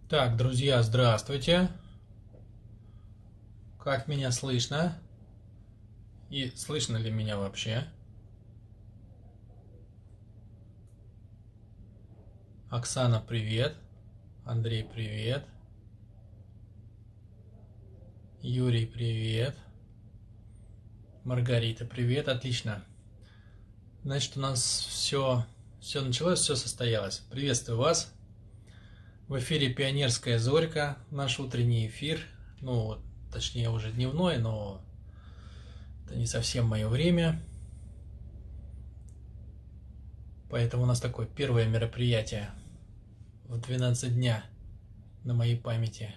Так, друзья, здравствуйте. Как меня слышно? И слышно ли меня вообще? Оксана, привет. Андрей, привет. Юрий, привет. Маргарита, привет. Отлично. Значит, у нас все началось, все состоялось. Приветствую вас. В эфире «Пионерская зорька», наш утренний эфир. Ну, точнее, уже дневной, но это не совсем мое время. Поэтому у нас такое первое мероприятие в 12 дня на моей памяти.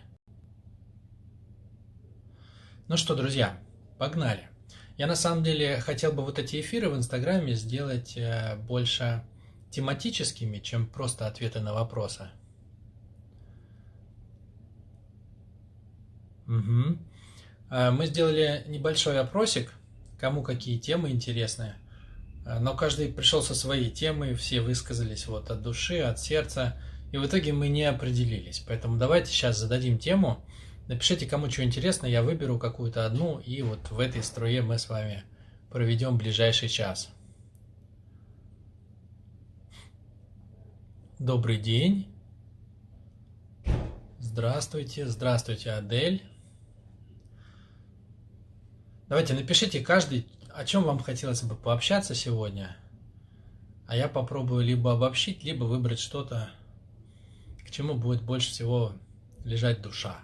Ну что, друзья, погнали. Я на самом деле хотел бы вот эти эфиры в Инстаграме сделать больше тематическими, чем просто ответы на вопросы. Угу. Мы сделали небольшой опросик, кому какие темы интересны. Но каждый пришел со своей темой, все высказались вот от души, от сердца. И в итоге мы не определились. Поэтому давайте сейчас зададим тему. Напишите, кому что интересно, я выберу какую-то одну, и вот в этой струе мы с вами проведем ближайший час. Добрый день. Здравствуйте. Здравствуйте, Адель. Давайте напишите каждый, о чем вам хотелось бы пообщаться сегодня. А я попробую либо обобщить, либо выбрать что-то, к чему будет больше всего лежать душа.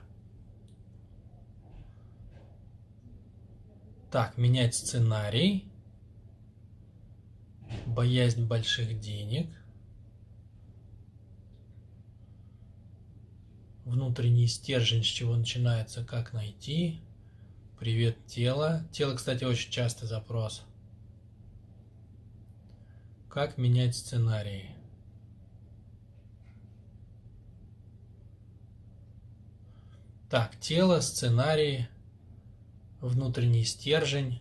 Так, менять сценарий. Боязнь больших денег. Внутренний стержень, с чего начинается, как найти. Привет, тело. Тело, кстати, очень частый запрос. Как менять сценарий. Так, тело, сценарий, внутренний стержень,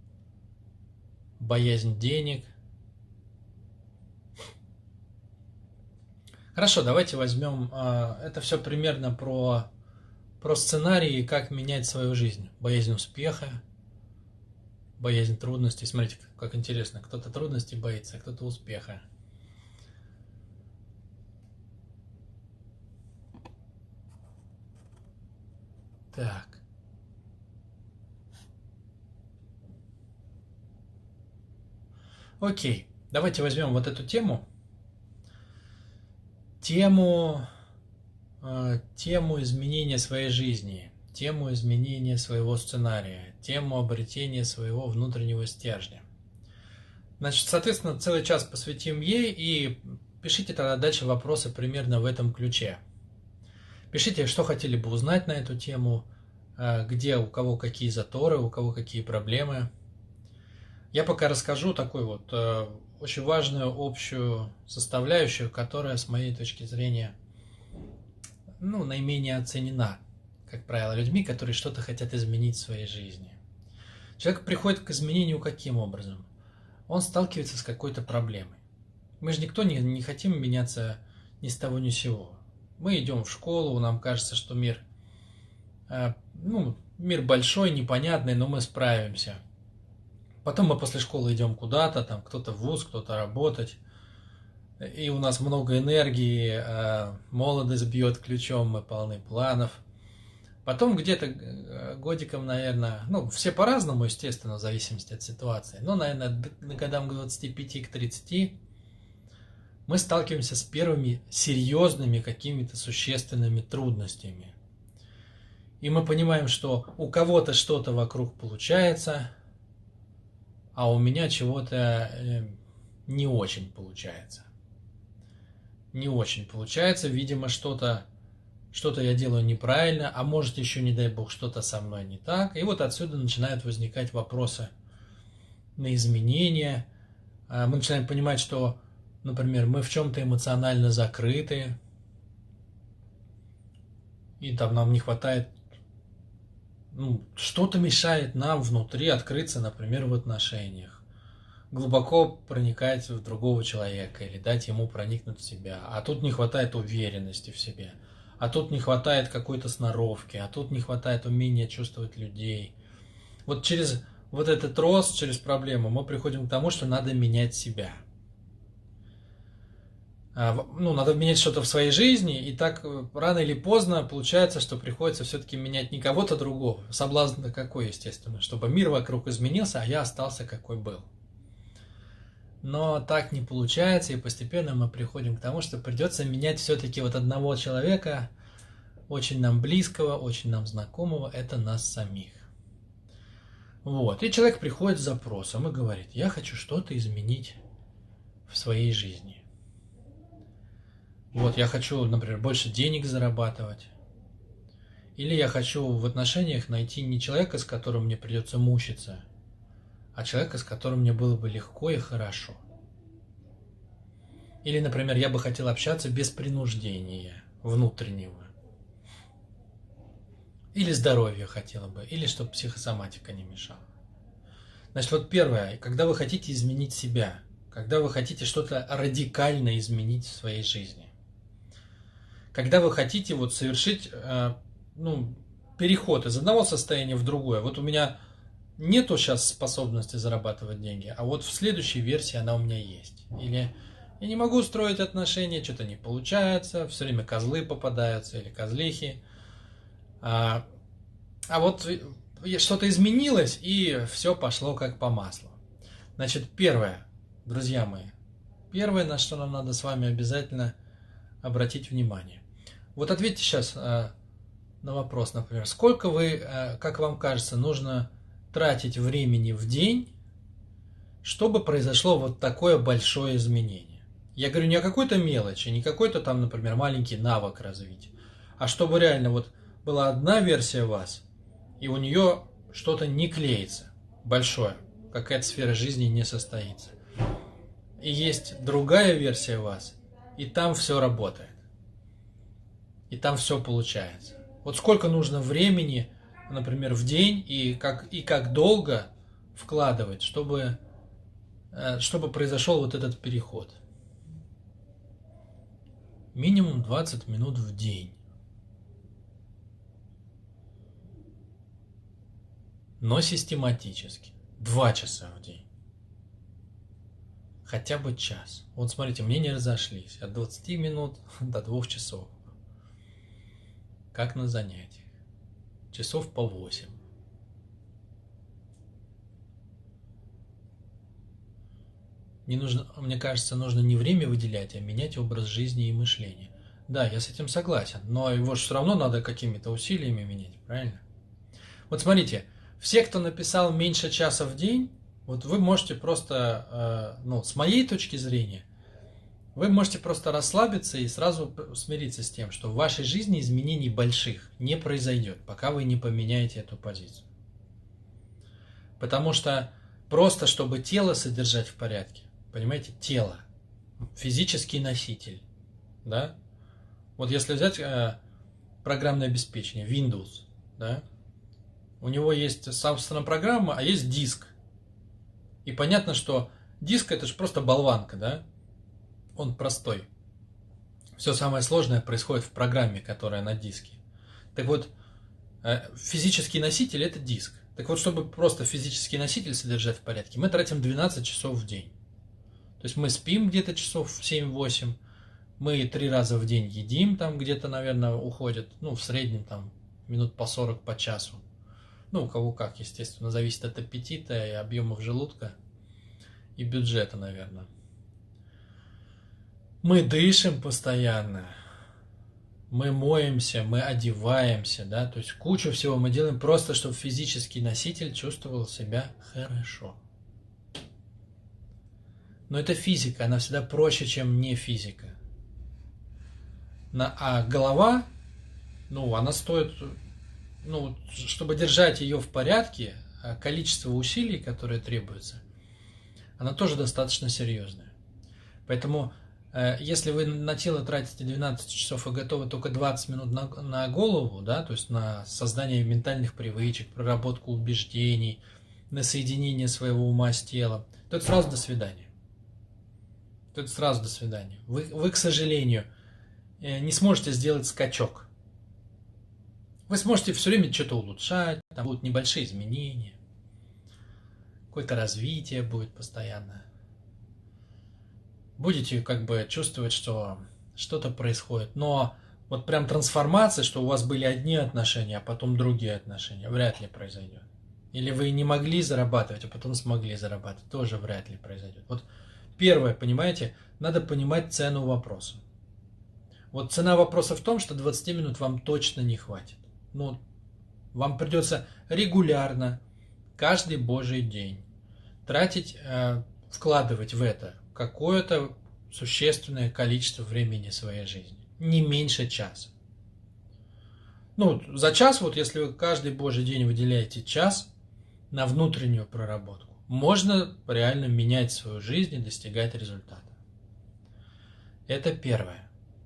боязнь денег. Хорошо, давайте возьмем, это все примерно про сценарии, как менять свою жизнь. Боязнь успеха, боязнь трудностей. Смотрите, как интересно, кто-то трудностей боится, а кто-то успеха. Так. Окей, давайте возьмем вот эту тему. Тему изменения своей жизни, тему изменения своего сценария, тему обретения своего внутреннего стержня. Значит, соответственно, целый час посвятим ей и пишите тогда дальше вопросы примерно в этом ключе. Пишите, что хотели бы узнать на эту тему, где у кого какие заторы, у кого какие проблемы. Я пока расскажу такую вот очень важную общую составляющую, которая, с моей точки зрения, наименее оценена, как правило, людьми, которые что-то хотят изменить в своей жизни. Человек приходит к изменению каким образом? Он сталкивается с какой-то проблемой. Мы же никто не хотим меняться ни с того ни с сего. Мы идем в школу, нам кажется, что мир большой, непонятный, но мы справимся. Потом мы после школы идем куда-то, там кто-то в вуз, кто-то работать. И у нас много энергии, молодость бьет ключом, мы полны планов. Потом где-то годиком, наверное, все по-разному, естественно, в зависимости от ситуации, но, наверное, годам к 25 к 30 мы сталкиваемся с первыми серьезными какими-то существенными трудностями. И мы понимаем, что у кого-то что-то вокруг получается, а у меня чего-то не очень получается. Не очень получается, видимо, что-то я делаю неправильно, а может еще, не дай бог, что-то со мной не так. И вот отсюда начинают возникать вопросы на изменения. Мы начинаем понимать, что, например, мы в чем-то эмоционально закрыты, и там нам не хватает, что-то мешает нам внутри открыться, например, в отношениях. Глубоко проникать в другого человека или дать ему проникнуть в себя. А тут не хватает уверенности в себе. а тут не хватает какой-то сноровки, а тут не хватает умения чувствовать людей. Вот через вот этот рост, через проблему мы приходим к тому, что надо менять себя. Ну, надо менять что-то в своей жизни, и так рано или поздно получается, что приходится все-таки менять не кого-то другого, соблазн какой, естественно, чтобы мир вокруг изменился, а я остался какой был. Но так не получается, и постепенно мы приходим к тому, что придется менять все-таки вот одного человека, очень нам близкого, очень нам знакомого, это нас самих. Вот, и человек приходит с запросом и говорит: я хочу что-то изменить в своей жизни. Вот, я хочу, например, больше денег зарабатывать. Или я хочу в отношениях найти не человека, с которым мне придется мучиться, а человека, с которым мне было бы легко и хорошо. Или, например, я бы хотел общаться без принуждения внутреннего. Или здоровье хотела бы, или чтобы психосоматика не мешала. Значит, вот первое, когда вы хотите изменить себя, когда вы хотите что-то радикально изменить в своей жизни, когда вы хотите вот совершить переход из одного состояния в другое. Вот у меня нету сейчас способности зарабатывать деньги, а вот в следующей версии она у меня есть. Или я не могу строить отношения, что-то не получается, все время козлы попадаются или козлихи. А вот что-то изменилось, и все пошло как по маслу. Значит, первое, друзья мои, первое, на что нам надо с вами обязательно обратить внимание. Вот ответьте сейчас на вопрос, например, сколько вы, как вам кажется, нужно тратить времени в день, чтобы произошло вот такое большое изменение. Я говорю не о какой-то мелочи, не какой-то там, например, маленький навык развить, а чтобы реально вот была одна версия вас, и у нее что-то не клеится, большое, какая-то сфера жизни не состоится. И есть другая версия вас, и там все работает. И там все получается. Вот сколько нужно времени, например, в день, и как долго вкладывать, чтобы произошел вот этот переход. Минимум 20 минут в день. Но систематически. 2 часа в день. Хотя бы час. Вот смотрите, мне не разошлись. От 20 минут до 2 часов. Как на занятиях. Часов по 8. Не нужно, мне кажется, нужно не время выделять, а менять образ жизни и мышления. Да, я с этим согласен, но его же все равно надо какими-то усилиями менять, правильно? Вот смотрите, все, кто написал меньше часа в день, вот вы можете просто, с моей точки зрения, вы можете просто расслабиться и сразу смириться с тем, что в вашей жизни изменений больших не произойдет, пока вы не поменяете эту позицию. Потому что просто чтобы тело содержать в порядке, понимаете, тело, физический носитель, да? Вот если взять программное обеспечение, Windows, да? У него есть собственная программа, а есть диск. И понятно, что диск это же просто болванка, да? Он простой. Все самое сложное происходит в программе, которая на диске. Так вот, физический носитель это диск. Так вот, чтобы просто физический носитель содержать в порядке, мы тратим 12 часов в день. То есть мы спим где-то часов 7-8, мы 3 раза в день едим, там где-то, наверное, уходит, в среднем там минут по 40 по часу. У кого как, естественно, зависит от аппетита и объемов желудка и бюджета, наверное. Мы дышим постоянно, мы моемся, мы одеваемся, да, то есть кучу всего мы делаем просто, чтобы физический носитель чувствовал себя хорошо. Но это физика, она всегда проще, чем не физика. А голова, она стоит, чтобы держать ее в порядке, количество усилий, которые требуется, она тоже достаточно серьезная. Поэтому если вы на тело тратите 12 часов и готовы только 20 минут на голову, да, то есть на создание ментальных привычек, проработку убеждений, на соединение своего ума с телом, то это сразу до свидания. Вы, к сожалению, не сможете сделать скачок. Вы сможете все время что-то улучшать, там будут небольшие изменения, какое-то развитие будет постоянно. Будете как бы чувствовать, что что-то происходит. Но вот прям трансформация, что у вас были одни отношения, а потом другие отношения, вряд ли произойдет. Или вы не могли зарабатывать, а потом смогли зарабатывать, тоже вряд ли произойдет. Вот первое, понимаете, надо понимать цену вопроса. Вот цена вопроса в том, что 20 минут вам точно не хватит. Ну, вам придется регулярно, каждый божий день тратить, вкладывать в это какое-то существенное количество времени своей жизни. Не меньше часа. Ну, за час, вот если вы каждый божий день выделяете час на внутреннюю проработку, можно реально менять свою жизнь и достигать результата. Это первое.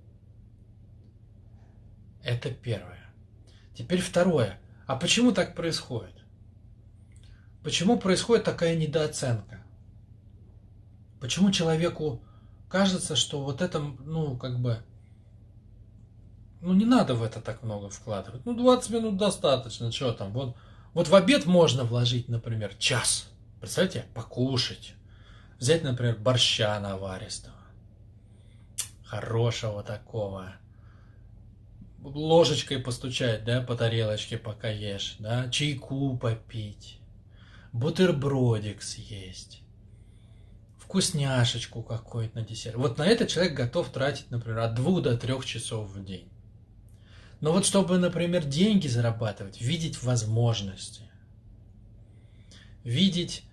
Это первое. Теперь второе. А почему так происходит? Почему происходит такая недооценка? Почему человеку кажется, что вот это, ну, как бы, ну, не надо в это так много вкладывать. Ну, 20 минут достаточно, что там. Вот в обед можно вложить, например, час. Представляете, покушать. Взять, например, борща наваристого. Хорошего такого. Ложечкой постучать, да, по тарелочке, пока ешь, да. Чайку попить. Бутербродик съесть. Вкусняшечку какую-то на десерт. Вот на это человек готов тратить, например, от 2 до 3 часов в день. Но вот чтобы, например, деньги зарабатывать, видеть возможности, видеть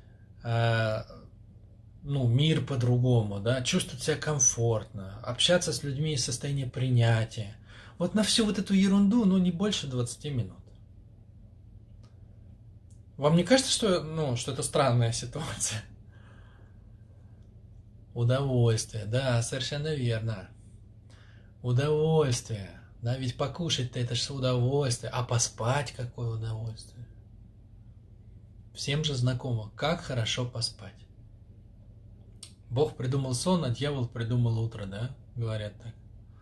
мир по-другому, да, чувствовать себя комфортно, общаться с людьми из состояния принятия. Вот на всю вот эту ерунду, не больше 20 минут. Вам не кажется, что это странная ситуация? Удовольствие, да, совершенно верно. Удовольствие. Да, ведь покушать-то это же удовольствие. А поспать какое удовольствие. Всем же знакомо, как хорошо поспать. Бог придумал сон, а дьявол придумал утро, да? Говорят так.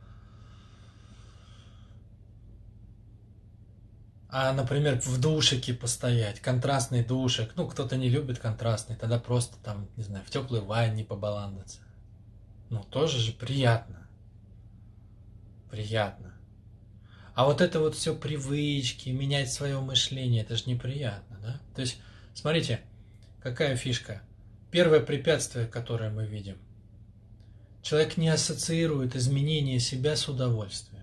А, например, в душике постоять, контрастный душик. Кто-то не любит контрастный, тогда просто там, не знаю, в теплой ванне побаландаться. Тоже же приятно. Приятно. А вот это вот все привычки, менять свое мышление, это же неприятно, да? То есть, смотрите, какая фишка. Первое препятствие, которое мы видим. Человек не ассоциирует изменение себя с удовольствием.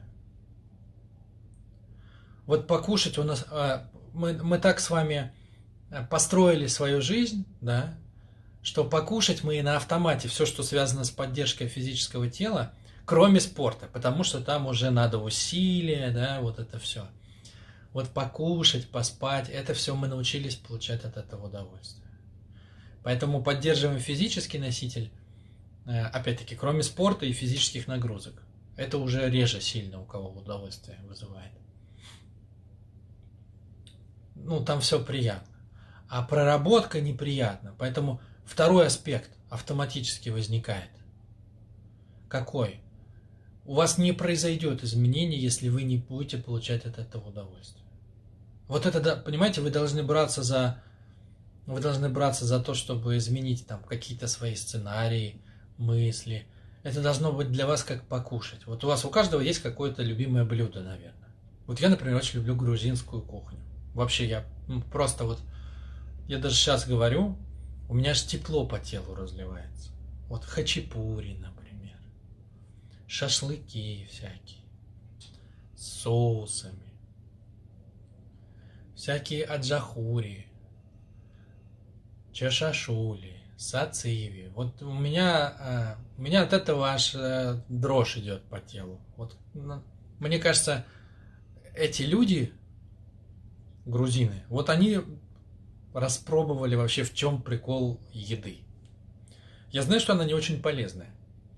Вот покушать у нас... Мы так с вами построили свою жизнь, да, что покушать мы и на автомате все, что связано с поддержкой физического тела, кроме спорта, потому что там уже надо усилия, да, вот это все. Вот покушать, поспать, это все мы научились получать от этого удовольствие. Поэтому поддерживаем физический носитель, опять-таки, кроме спорта и физических нагрузок. Это уже реже сильно у кого удовольствие вызывает. Там все приятно. А проработка неприятна. Поэтому второй аспект автоматически возникает. Какой? У вас не произойдет изменений, если вы не будете получать от этого удовольствие. Вот это, понимаете, вы должны браться за то, чтобы изменить там какие-то свои сценарии, мысли. Это должно быть для вас как покушать. Вот у каждого есть какое-то любимое блюдо, наверное. Вот я, например, очень люблю грузинскую кухню. Вообще я я даже сейчас говорю, у меня аж тепло по телу разливается. Вот хачапури, например, шашлыки всякие, с соусами, всякие аджахури, чашашули, сациви. Вот у меня от этого аж дрожь идет по телу. Вот, мне кажется, эти люди, грузины, вот они распробовали вообще, в чем прикол еды. Я знаю, что она не очень полезная.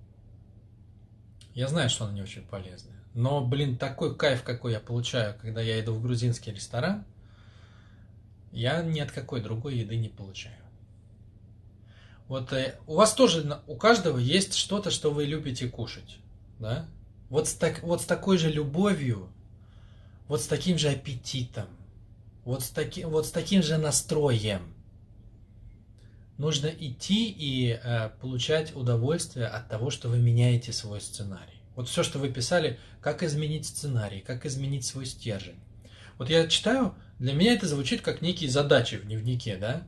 Но, такой кайф, какой я получаю, когда я иду в грузинский ресторан, я ни от какой другой еды не получаю. Вот у вас тоже, у каждого есть что-то, что вы любите кушать, да? Вот с такой же любовью вот с таким же аппетитом, вот с таким же настроем нужно идти и получать удовольствие от того, что вы меняете свой сценарий. Вот все, что вы писали, как изменить сценарий, как изменить свой стержень. Вот я читаю, для меня это звучит как некие задачи в дневнике, да?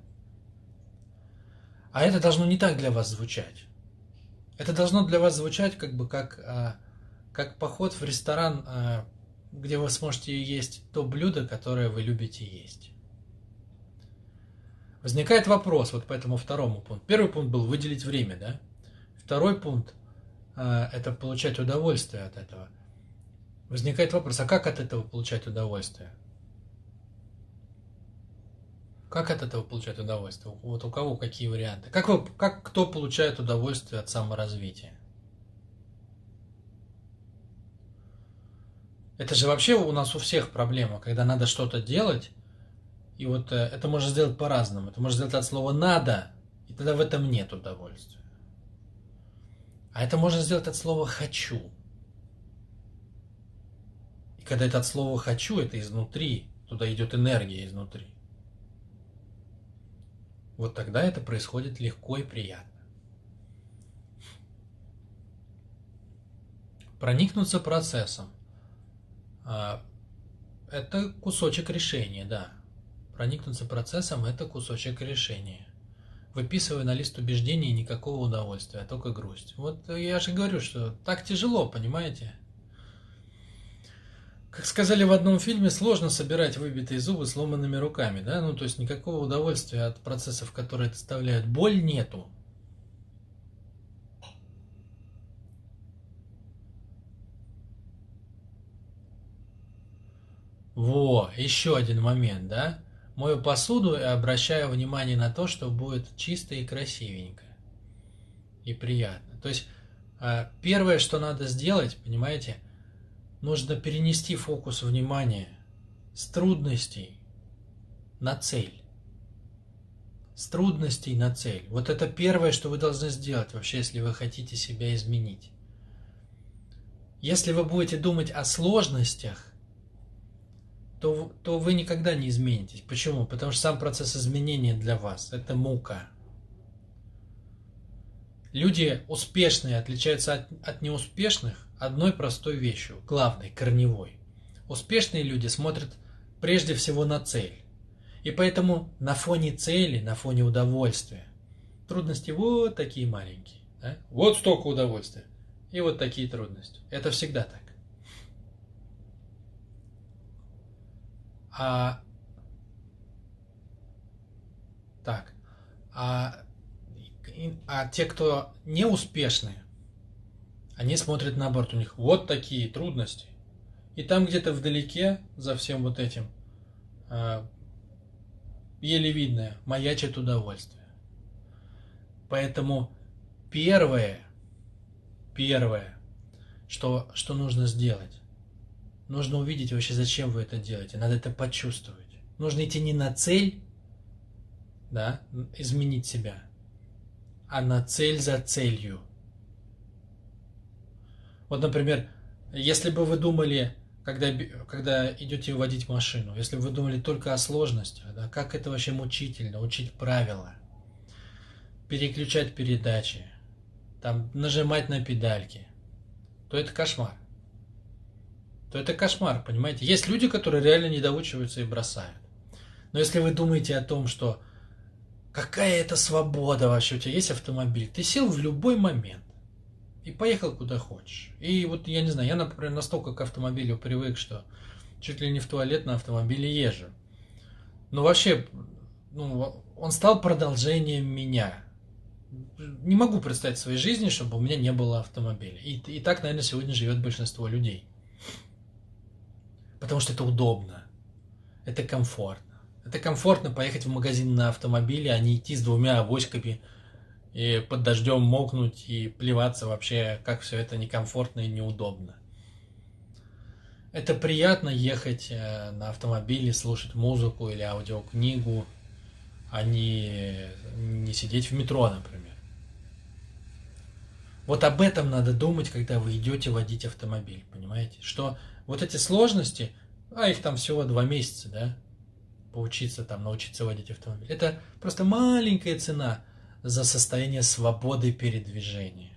А это должно не так для вас звучать. Это должно для вас звучать как поход в ресторан, где вы сможете есть то блюдо, которое вы любите есть. Возникает вопрос вот по этому второму пункту. Первый пункт был выделить время, да? Второй пункт это получать удовольствие от этого. Возникает вопрос, а как от этого получать удовольствие? Как от этого получать удовольствие? Вот у кого какие варианты? Как кто получает удовольствие от саморазвития? Это же вообще у нас у всех проблема, когда надо что-то делать, и вот это можно сделать по-разному. Это можно сделать от слова «надо», и тогда в этом нет удовольствия. А это можно сделать от слова «хочу». И когда это от слова «хочу», это изнутри, туда идет энергия изнутри. Вот тогда это происходит легко и приятно. Проникнуться процессом. Это кусочек решения, да. Проникнуться процессом – это кусочек решения. Выписывая на лист убеждений никакого удовольствия, а только грусть. Вот я же говорю, что так тяжело, понимаете? Как сказали в одном фильме, сложно собирать выбитые зубы сломанными руками, да? Ну, то есть никакого удовольствия от процессов, которые доставляют боль, нету. Во, еще один момент, да? Мою посуду и обращаю внимание на то, что будет чисто и красивенько. И приятно. То есть, первое, что надо сделать, понимаете, нужно перенести фокус внимания с трудностей на цель. С трудностей на цель. Вот это первое, что вы должны сделать вообще, если вы хотите себя изменить. Если вы будете думать о сложностях, то вы никогда не изменитесь. Почему? Потому что сам процесс изменения для вас – это мука. Люди успешные отличаются от неуспешных одной простой вещью, главной, корневой. Успешные люди смотрят прежде всего на цель. И поэтому на фоне цели, на фоне удовольствия, трудности вот такие маленькие. Да? Вот столько удовольствия. И вот такие трудности. Это всегда так. А те, кто не успешны, они смотрят наоборот, у них вот такие трудности. И там где-то вдалеке, за всем вот этим, еле видное, маячит удовольствие. Поэтому первое, что нужно сделать, нужно увидеть вообще, зачем вы это делаете. Надо это почувствовать. Нужно идти не на цель, да, изменить себя, а на цель за целью. Вот, например, если бы вы думали, когда идете водить машину, если бы вы думали только о сложностях, да, как это вообще мучительно, учить правила, переключать передачи, там, нажимать на педальки, то это кошмар. Понимаете? Есть люди, которые реально не доучиваются и бросают. Но если вы думаете о том, что какая это свобода вообще, у тебя есть автомобиль, ты сел в любой момент и поехал куда хочешь. И вот я не знаю, я, например, настолько к автомобилю привык, что чуть ли не в туалет на автомобиле езжу. Но вообще, он стал продолжением меня. Не могу представить в своей жизни, чтобы у меня не было автомобиля. И так, наверное, сегодня живет большинство людей. Потому что это удобно, это комфортно. Это комфортно поехать в магазин на автомобиле, а не идти с двумя авоськами и под дождем мокнуть и плеваться вообще, как все это некомфортно и неудобно. Это приятно ехать на автомобиле, слушать музыку или аудиокнигу, а не сидеть в метро, например. Вот об этом надо думать, когда вы идете водить автомобиль, понимаете? Что вот эти сложности, а их там всего 2 месяца, да, поучиться там, научиться водить автомобиль. Это просто маленькая цена за состояние свободы передвижения.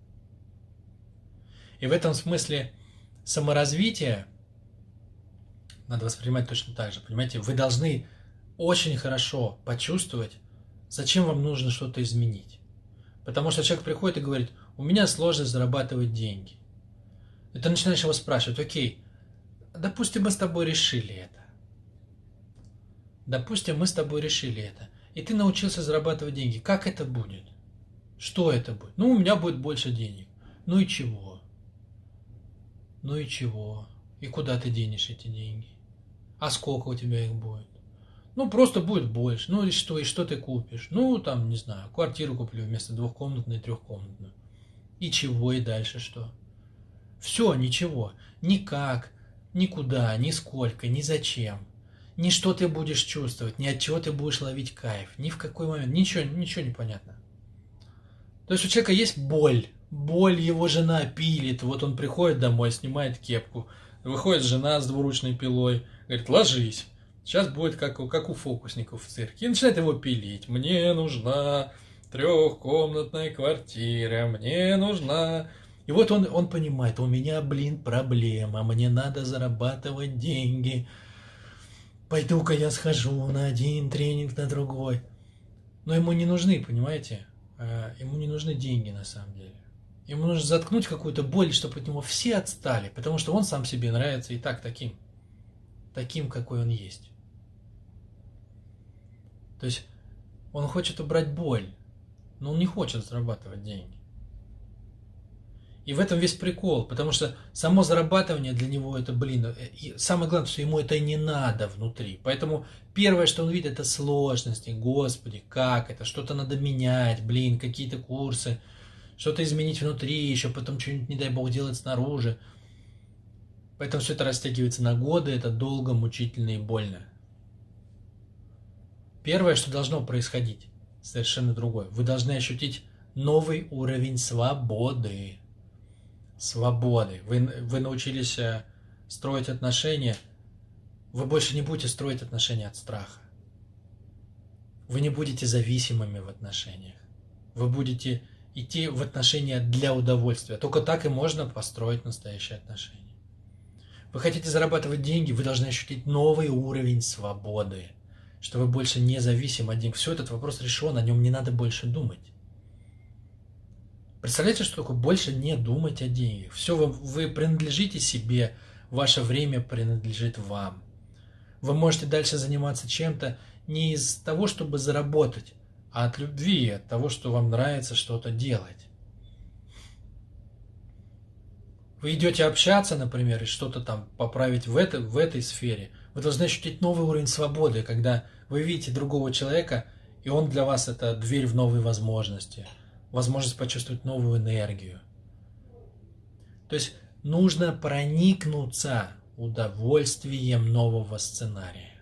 И в этом смысле саморазвитие надо воспринимать точно так же. Понимаете, вы должны очень хорошо почувствовать, зачем вам нужно что-то изменить. Потому что человек приходит и говорит, у меня сложно зарабатывать деньги. И ты начинаешь его спрашивать, окей, допустим, мы с тобой решили это. Допустим, мы с тобой решили это. И ты научился зарабатывать деньги. Как это будет? Что это будет? Ну, у меня будет больше денег. Ну и чего? Ну и чего? И куда ты денешь эти деньги? А сколько у тебя их будет? Ну, просто будет больше. Ну и что ты купишь? Ну, там, не знаю, квартиру куплю вместо двухкомнатной, трехкомнатную. И чего, и дальше что? Все, ничего. Никак, никуда, нисколько, ни зачем. Ни что ты будешь чувствовать, ни от чего ты будешь ловить кайф, ни в какой момент. Ничего не понятно. То есть у человека есть боль. Боль, его жена пилит. Вот он приходит домой, снимает кепку. Выходит жена с двуручной пилой. Говорит, ложись. Сейчас будет как у фокусников в цирке. И начинает его пилить. Мне нужна трехкомнатная квартира. Мне нужна... И вот он понимает, у меня, проблема. Мне надо зарабатывать деньги. Пойду-ка я схожу на один тренинг, на другой. Но ему не нужны, понимаете? Ему не нужны деньги на самом деле. Ему нужно заткнуть какую-то боль, чтобы от него все отстали, потому что он сам себе нравится и так таким, какой он есть. То есть он хочет убрать боль, но он не хочет зарабатывать деньги. И в этом весь прикол, потому что само зарабатывание для него это, и самое главное, что ему это не надо внутри. Поэтому первое, что он видит, это сложности. Господи, как это? Что-то надо менять, какие-то курсы, что-то изменить внутри, еще потом что-нибудь, не дай бог, делать снаружи. Поэтому все это растягивается на годы, это долго, мучительно и больно. Первое, что должно происходить, совершенно другое. Вы должны ощутить новый уровень свободы. Свободы. Вы научились строить отношения. Вы больше не будете строить отношения от страха. Вы не будете зависимыми в отношениях. Вы будете идти в отношения для удовольствия. Только так и можно построить настоящие отношения. Вы хотите зарабатывать деньги, вы должны ощутить новый уровень свободы. Что вы больше не зависимы от денег. Все, этот вопрос решен, о нем не надо больше думать. Представляете, что такое больше не думать о деньгах? Все, вы принадлежите себе, ваше время принадлежит вам. Вы можете дальше заниматься чем-то не из того, чтобы заработать, а от любви, от того, что вам нравится что-то делать. Вы идете общаться, например, и что-то там поправить в этой сфере. Вы должны ощутить новый уровень свободы, когда вы видите другого человека, и он для вас это дверь в новые возможности. Возможность почувствовать новую энергию. То есть нужно проникнуться удовольствием нового сценария.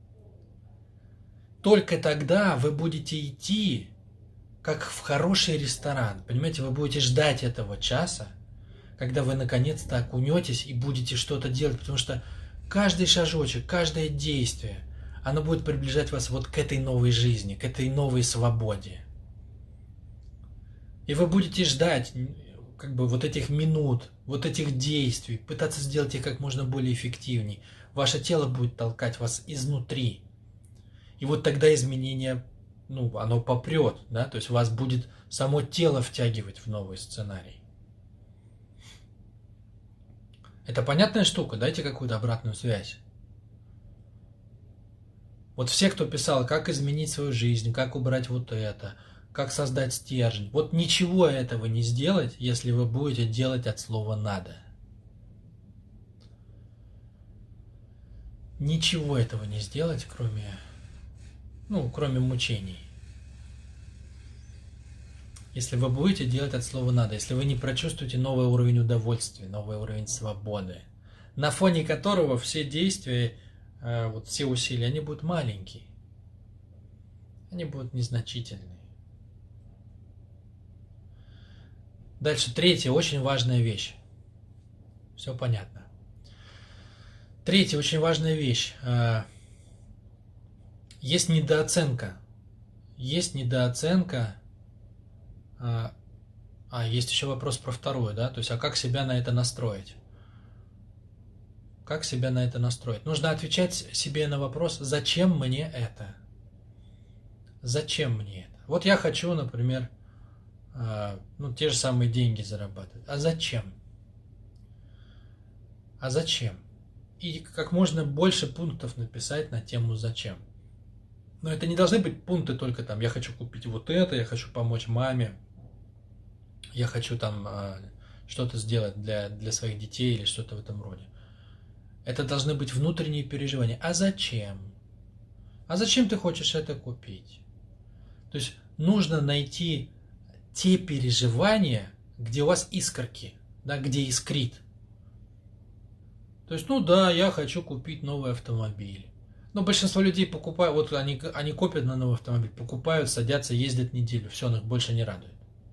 Только тогда вы будете идти, как в хороший ресторан. Понимаете, вы будете ждать этого часа, когда вы наконец-то окунетесь и будете что-то делать, потому что каждый шажочек, каждое действие, оно будет приближать вас вот к этой новой жизни, к этой новой свободе. И вы будете ждать вот этих минут, вот этих действий, пытаться сделать их как можно более эффективней. Ваше тело будет толкать вас изнутри. И вот тогда изменение, оно попрет, да, то есть вас будет само тело втягивать в новый сценарий. Это понятная штука, дайте какую-то обратную связь. Вот все, кто писал, как изменить свою жизнь, как убрать вот это, как создать стержень. Вот ничего этого не сделать, если вы будете делать от слова «надо». Ничего этого не сделать, кроме мучений. Если вы будете делать от слова «надо», если вы не прочувствуете новый уровень удовольствия, новый уровень свободы, на фоне которого все действия, все усилия, они будут маленькие, они будут незначительные. Дальше, третья, очень важная вещь. Все понятно. Третья очень важная вещь. Есть недооценка. Есть недооценка. Есть еще вопрос про вторую, да? То есть, как себя на это настроить? Как себя на это настроить? Нужно отвечать себе на вопрос, зачем мне это? Зачем мне это? Вот я хочу, например, те же самые деньги зарабатывать. А зачем? А зачем? И как можно больше пунктов написать на тему «зачем». Но это не должны быть пункты только там «я хочу купить вот это», «я хочу помочь маме», «я хочу там что-то сделать для своих детей» или что-то в этом роде. Это должны быть внутренние переживания. А зачем? А зачем ты хочешь это купить? То есть нужно найти те переживания, где у вас искорки, да, где искрит. То есть, я хочу купить новый автомобиль. Но большинство людей покупают, вот они копят на новый автомобиль, покупают, садятся, ездят неделю, все, он их больше не радует.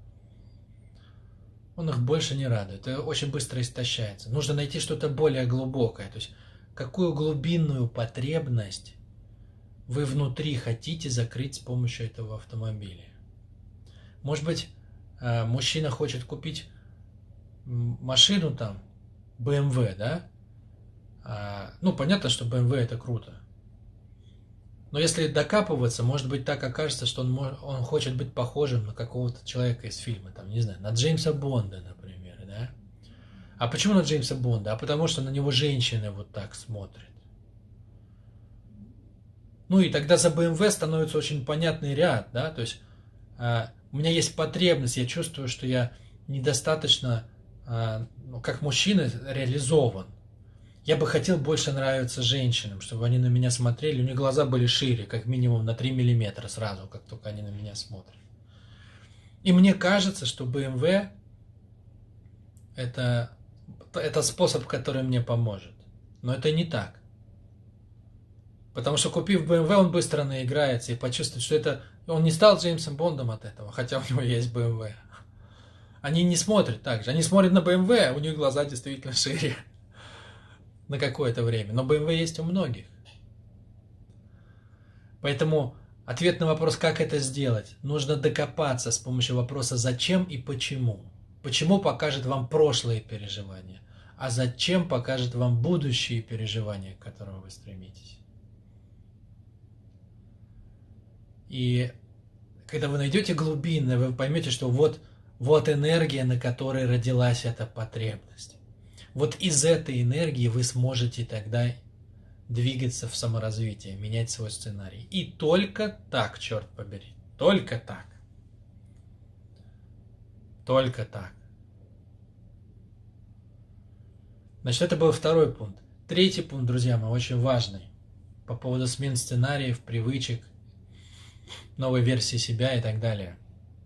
Он их больше не радует, это очень быстро истощается. Нужно найти что-то более глубокое, то есть какую глубинную потребность вы внутри хотите закрыть с помощью этого автомобиля. Может быть, мужчина хочет купить машину там, BMW, да? Понятно, что BMW это круто. Но если докапываться, может быть, так окажется, что он хочет быть похожим на какого-то человека из фильма, там, не знаю, на Джеймса Бонда, например, да? А почему на Джеймса Бонда? А потому что на него женщины вот так смотрят. И тогда за BMW становится очень понятный ряд, да? То есть у меня есть потребность, я чувствую, что я недостаточно, как мужчина, реализован. Я бы хотел больше нравиться женщинам, чтобы они на меня смотрели, у них глаза были шире, как минимум на 3 миллиметра сразу, как только они на меня смотрят. И мне кажется, что BMW это способ, который мне поможет. Но это не так. Потому что, купив BMW, он быстро наиграется и почувствует, что он не стал Джеймсом Бондом от этого, хотя у него есть BMW. Они не смотрят так же. Они смотрят на BMW, у них глаза действительно шире на какое-то время. Но BMW есть у многих. Поэтому ответ на вопрос, как это сделать, нужно докопаться с помощью вопроса «зачем» и «почему». Почему покажет вам прошлые переживания, а зачем покажет вам будущие переживания, к которым вы стремитесь. И когда вы найдете глубинное, вы поймете, что вот энергия, на которой родилась эта потребность. Вот из этой энергии вы сможете тогда двигаться в саморазвитие, менять свой сценарий. И только так, черт побери, только так. Только так. Значит, это был второй пункт. Третий пункт, друзья мои, очень важный. По поводу смен сценариев, привычек, новой версии себя и так далее.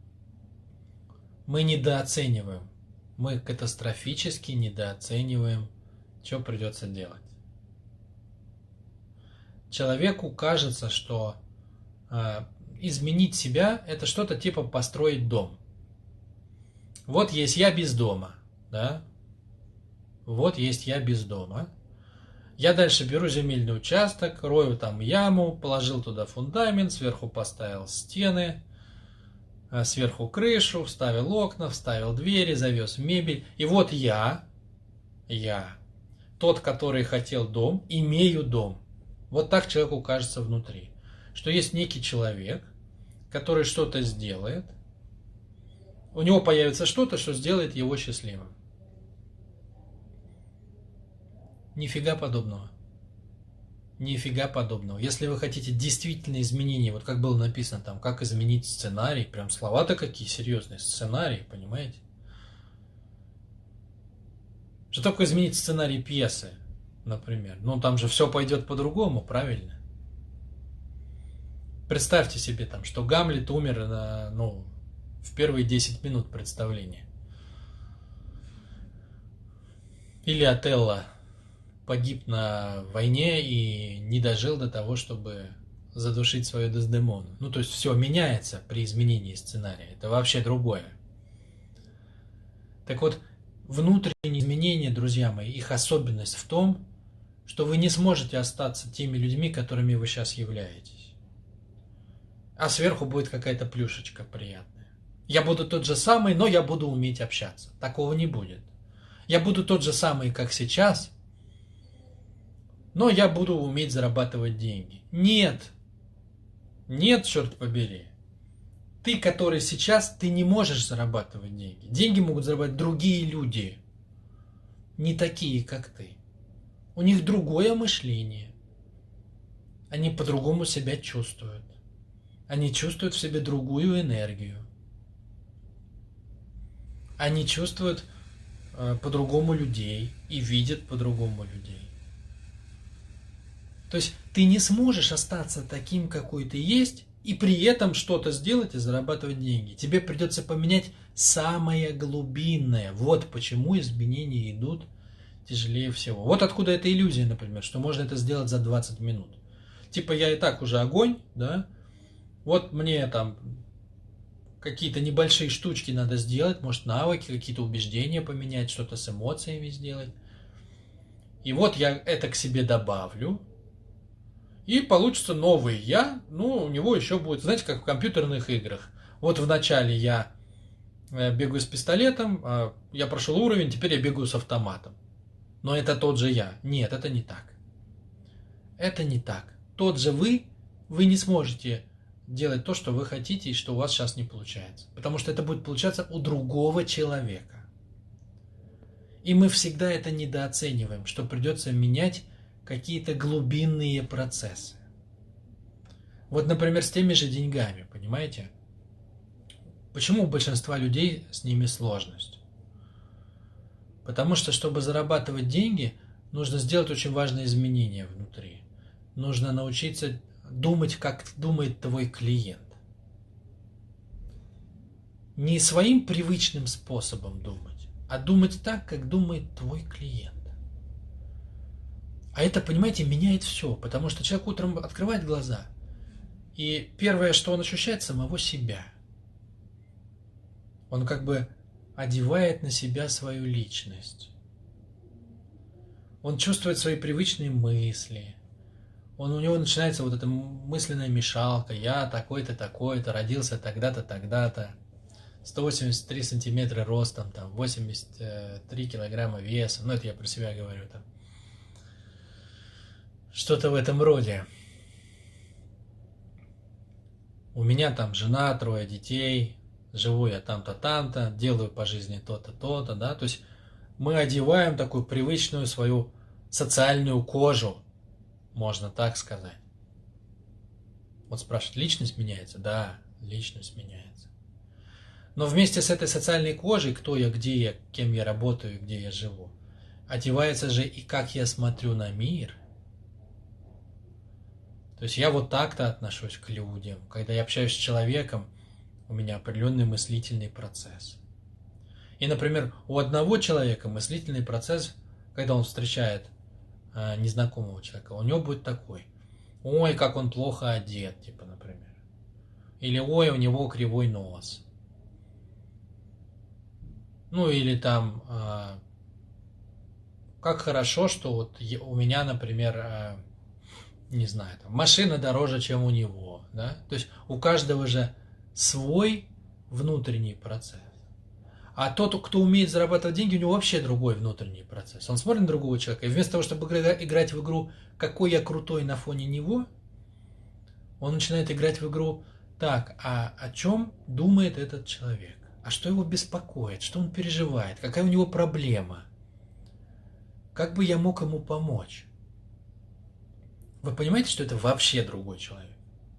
Мы недооцениваем. Мы катастрофически недооцениваем, что придется делать. Человеку кажется, что изменить себя – это что-то типа построить дом. Вот есть я без дома, да? Вот есть я без дома. Я дальше беру земельный участок, рою там яму, положил туда фундамент, сверху поставил стены, сверху крышу, вставил окна, вставил двери, завез мебель. И вот я, тот, который хотел дом, имею дом. Вот так человеку кажется внутри. Что есть некий человек, который что-то сделает, у него появится что-то, что сделает его счастливым. Нифига подобного. Нифига подобного. Если вы хотите действительно изменения, вот как было написано там, как изменить сценарий, прям слова-то какие серьезные, сценарий, понимаете? Что такое изменить сценарий пьесы, например? Там же все пойдет по-другому, правильно? Представьте себе там, что Гамлет умер в первые 10 минут представления. Или Отелло погиб на войне и не дожил до того, чтобы задушить свою Дездемону. То есть все меняется при изменении сценария. Это вообще другое. Так вот, внутренние изменения, друзья мои, их особенность в том, что вы не сможете остаться теми людьми, которыми вы сейчас являетесь. А сверху будет какая-то плюшечка приятная. Я буду тот же самый, но я буду уметь общаться. Такого не будет. Я буду тот же самый, как сейчас, но я буду уметь зарабатывать деньги. Нет. Нет, черт побери. Ты, который сейчас, ты не можешь зарабатывать деньги. Деньги могут зарабатывать другие люди. Не такие, как ты. У них другое мышление. Они по-другому себя чувствуют. Они чувствуют в себе другую энергию. Они чувствуют по-другому людей и видят по-другому людей. То есть ты не сможешь остаться таким, какой ты есть, и при этом что-то сделать и зарабатывать деньги. Тебе придется поменять самое глубинное. Вот почему изменения идут тяжелее всего. Вот откуда эта иллюзия, например, что можно это сделать за 20 минут. Типа я и так уже огонь, да? Вот мне там какие-то небольшие штучки надо сделать, может навыки, какие-то убеждения поменять, что-то с эмоциями сделать. И вот я это к себе добавлю, и получится новый я, ну, у него еще будет, знаете, как в компьютерных играх. Вот вначале я бегаю с пистолетом, я прошел уровень, теперь я бегаю с автоматом. Но это тот же я. Нет, это не так. Это не так. Тот же вы не сможете делать то, что вы хотите и что у вас сейчас не получается. Потому что это будет получаться у другого человека. И мы всегда это недооцениваем, что придется менять какие-то глубинные процессы. Вот, например, с теми же деньгами, понимаете? Почему у большинства людей с ними сложность? Потому что, чтобы зарабатывать деньги, нужно сделать очень важное изменение внутри. Нужно научиться думать, как думает твой клиент. Не своим привычным способом думать, а думать так, как думает твой клиент. А это, понимаете, меняет все, потому что человек утром открывает глаза, и первое, что он ощущает, самого себя. Он как бы одевает на себя свою личность. Он чувствует свои привычные мысли. У него начинается вот эта мысленная мешалка. Я такой-то, такой-то, родился тогда-то, тогда-то. 183 сантиметра ростом, там, 83 килограмма веса. Ну, это я про себя говорю. Там. Что-то в этом роде. У меня там жена, 3 детей. Живу я там-то, там-то. Делаю по жизни то-то, то-то. Да? То есть мы одеваем такую привычную свою социальную кожу. Можно так сказать. Вот спрашивают, личность меняется? Да, личность меняется. Но вместе с этой социальной кожей, кто я, где я, кем я работаю, где я живу, одевается же и как я смотрю на мир. То есть я вот так-то отношусь к людям. Когда я общаюсь с человеком, у меня определенный мыслительный процесс. И, например, у одного человека мыслительный процесс, когда он встречает незнакомого человека, у него будет такой: ой, как он плохо одет, типа, например. Или ой, у него кривой нос. Ну, или там, как хорошо, что вот у меня, например, не знаю, там, машина дороже, чем у него. Да? То есть у каждого же свой внутренний процесс. А тот, кто умеет зарабатывать деньги, у него вообще другой внутренний процесс. Он смотрит на другого человека, и вместо того, чтобы играть в игру «какой я крутой на фоне него», он начинает играть в игру «так, а о чем думает этот человек? А что его беспокоит? Что он переживает? Какая у него проблема? Как бы я мог ему помочь?» Вы понимаете, что это вообще другой человек?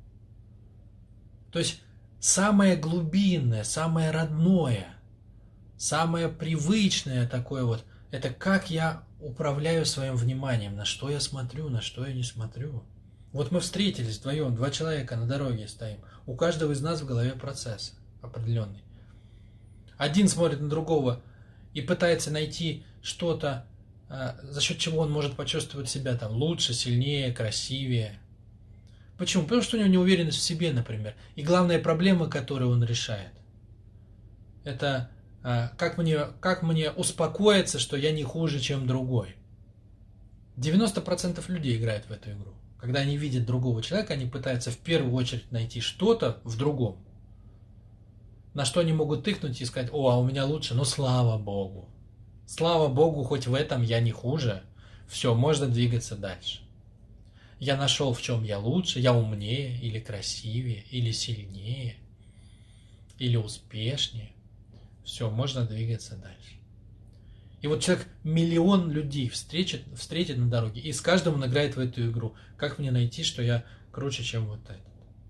То есть самое глубинное, самое родное, самое привычное такое вот, это как я управляю своим вниманием, на что я смотрю, на что я не смотрю. Вот мы встретились вдвоем, 2 человека на дороге стоим. У каждого из нас в голове процесс определенный. Один смотрит на другого и пытается найти что-то, за счет чего он может почувствовать себя там лучше, сильнее, красивее. Почему? Потому что у него неуверенность в себе, например. И главная проблема, которую он решает, это как мне успокоиться, что я не хуже, чем другой. 90% людей играют в эту игру. Когда они видят другого человека, они пытаются в первую очередь найти что-то в другом, на что они могут тыкнуть и сказать: о, а у меня лучше, ну слава богу. Слава богу, хоть в этом я не хуже. Все, можно двигаться дальше. Я нашел, в чем я лучше, я умнее, или красивее, или сильнее, или успешнее. Все, можно двигаться дальше. И вот человек миллион людей встретит на дороге, и с каждым он играет в эту игру. Как мне найти, что я круче, чем вот этот?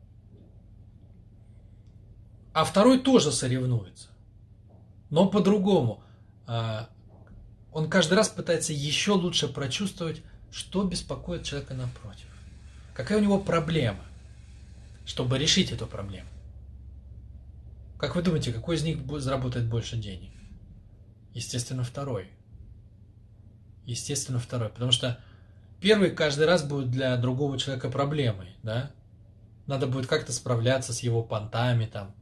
А второй тоже соревнуется, но по-другому. Он каждый раз пытается еще лучше прочувствовать, что беспокоит человека напротив. Какая у него проблема, чтобы решить эту проблему. Как вы думаете, какой из них заработает больше денег? Естественно, второй. Естественно, второй. Потому что первый каждый раз будет для другого человека проблемой, да? Надо будет как-то справляться с его понтами, там,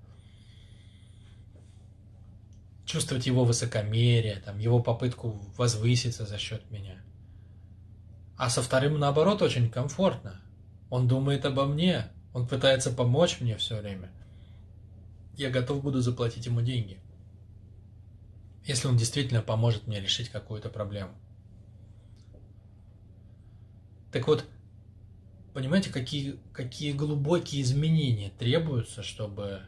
чувствовать его высокомерие, там, его попытку возвыситься за счет меня. А со вторым, наоборот, очень комфортно. Он думает обо мне, он пытается помочь мне все время. Я готов буду заплатить ему деньги, если он действительно поможет мне решить какую-то проблему. Так вот, понимаете, какие глубокие изменения требуются, чтобы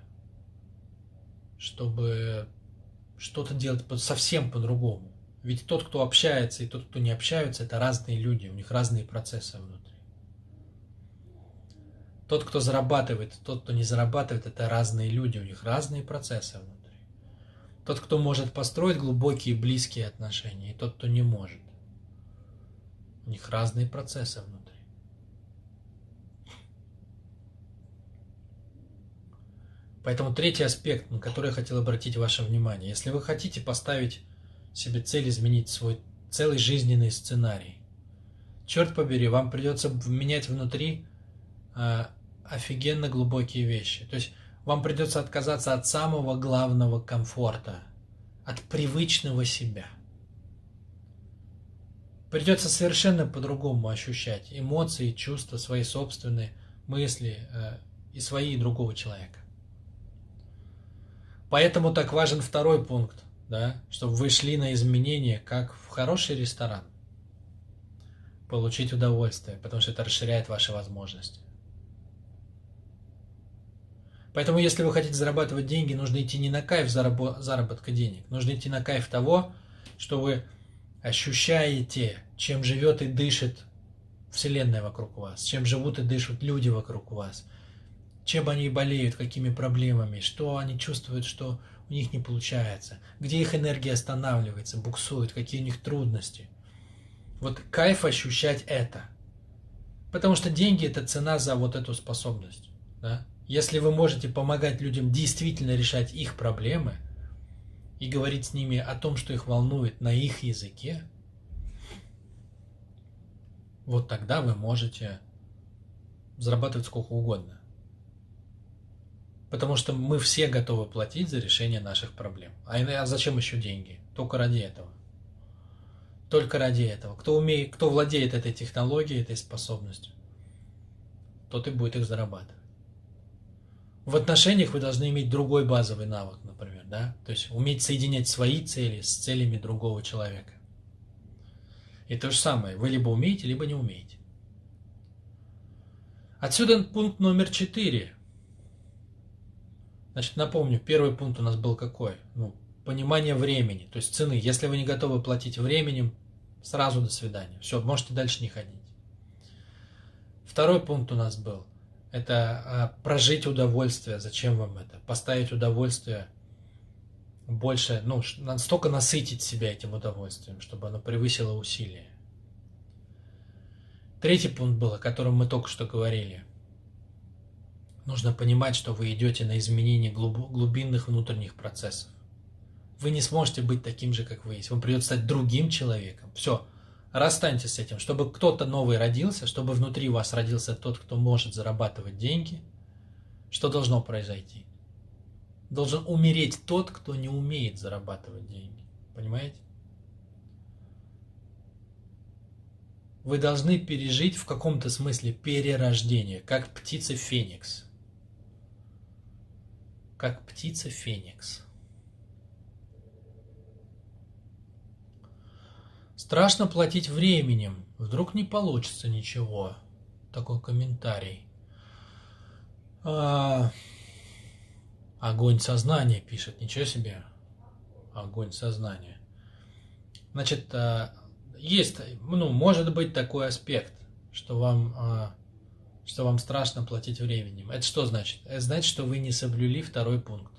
что-то делать совсем по-другому. Ведь тот, кто общается, и тот, кто не общается, это разные люди, у них разные процессы внутри. Тот, кто зарабатывает, и тот, кто не зарабатывает, это разные люди, у них разные процессы внутри. Тот, кто может построить глубокие близкие отношения, и тот, кто не может. У них разные процессы внутри. Поэтому третий аспект, на который я хотел обратить ваше внимание. Если вы хотите поставить себе цель изменить свой целый жизненный сценарий, черт побери, вам придется менять внутри офигенно глубокие вещи. То есть вам придется отказаться от самого главного комфорта, от привычного себя. Придется совершенно по-другому ощущать эмоции, чувства, свои собственные мысли и свои и другого человека. Поэтому так важен второй пункт, да, чтобы вы шли на изменения, как в хороший ресторан. Получить удовольствие, потому что это расширяет ваши возможности. Поэтому, если вы хотите зарабатывать деньги, нужно идти не на кайф заработка денег, нужно идти на кайф того, что вы ощущаете, чем живет и дышит Вселенная вокруг вас, чем живут и дышат люди вокруг вас, чем они болеют, какими проблемами, что они чувствуют, что у них не получается, где их энергия останавливается, буксует, какие у них трудности. Вот кайф ощущать это. Потому что деньги – это цена за вот эту способность. Да? Если вы можете помогать людям действительно решать их проблемы и говорить с ними о том, что их волнует на их языке, вот тогда вы можете зарабатывать сколько угодно. Потому что мы все готовы платить за решение наших проблем. А зачем еще деньги? Только ради этого. Только ради этого. Кто владеет этой технологией, этой способностью, тот и будет их зарабатывать. В отношениях вы должны иметь другой базовый навык, например, да? То есть уметь соединять свои цели с целями другого человека. И то же самое. Вы либо умеете, либо не умеете. Отсюда пункт номер 4. Значит, напомню, первый пункт у нас был какой? Понимание времени, то есть цены. Если вы не готовы платить временем, сразу до свидания. Все, можете дальше не ходить. Второй пункт у нас был. Это прожить удовольствие. Зачем вам это? Поставить удовольствие больше, настолько насытить себя этим удовольствием, чтобы оно превысило усилия. Третий пункт был, о котором мы только что говорили. Нужно понимать, что вы идете на изменение глубинных внутренних процессов. Вы не сможете быть таким же, как вы есть. Вам придется стать другим человеком. Все, расстаньтесь с этим. Чтобы кто-то новый родился, чтобы внутри вас родился тот, кто может зарабатывать деньги, что должно произойти? Должен умереть тот, кто не умеет зарабатывать деньги. Понимаете? вы должны пережить в каком-то смысле перерождение, как птица Феникс. Как птица Феникс. Страшно платить временем, вдруг не получится ничего. Такой комментарий. Огонь сознания пишет, ничего себе. Огонь сознания. Значит, есть, может быть такой аспект, что вам страшно платить временем. Это что значит? Это значит, что вы не соблюли второй пункт.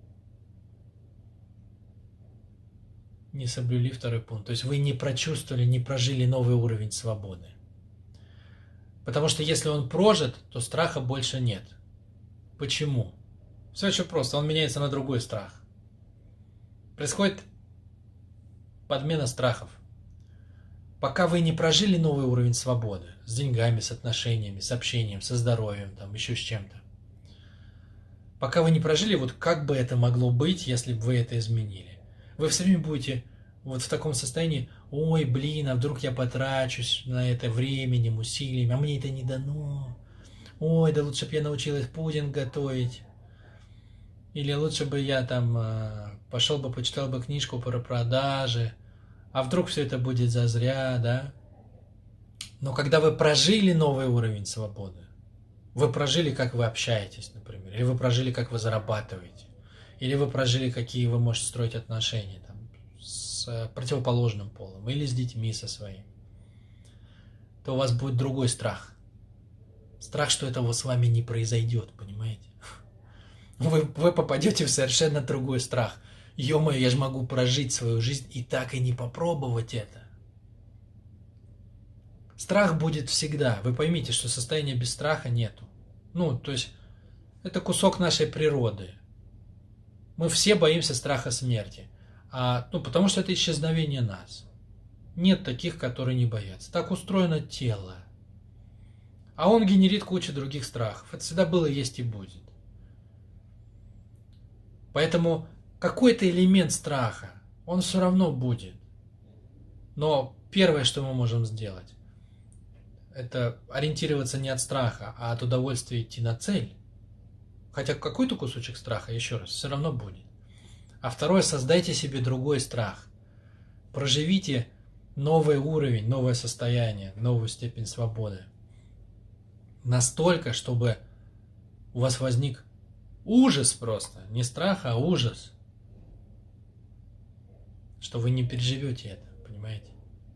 Не соблюли второй пункт. То есть вы не прочувствовали, не прожили новый уровень свободы. Потому что если он прожит, то страха больше нет. Почему? Все очень просто. Он меняется на другой страх. Происходит подмена страхов. Пока вы не прожили новый уровень свободы, с деньгами, с отношениями, с общением, со здоровьем, там, еще с чем-то. Пока вы не прожили, вот как бы это могло быть, если бы вы это изменили. Вы все время будете вот в таком состоянии: ой, блин, а вдруг я потрачусь на это временем, усилиями, а мне это не дано. Ой, да лучше бы я научилась пудинг готовить. Или лучше бы я там пошел бы, почитал бы книжку про продажи. А вдруг все это будет зазря, да? Но когда вы прожили новый уровень свободы, вы прожили, как вы общаетесь, например, или вы прожили, как вы зарабатываете, или вы прожили, какие вы можете строить отношения там, с противоположным полом, или с детьми со своими, то у вас будет другой страх. Страх, что этого с вами не произойдет, понимаете? Вы попадете в совершенно другой страх. Ё-моё, я же могу прожить свою жизнь и так и не попробовать это. Страх будет всегда. Вы поймите, что состояния без страха нету. То есть, это кусок нашей природы. Мы все боимся страха смерти. Потому что это исчезновение нас. Нет таких, которые не боятся. Так устроено тело. А он генерит кучу других страхов. Это всегда было, есть и будет. Поэтому какой-то элемент страха, он все равно будет. Но первое, что мы можем сделать, это ориентироваться не от страха, а от удовольствия идти на цель. Хотя какой-то кусочек страха, еще раз, все равно будет. А второе, создайте себе другой страх. Проживите новый уровень, новое состояние, новую степень свободы. Настолько, чтобы у вас возник ужас просто. Не страх, а ужас. Что вы не переживете это, понимаете?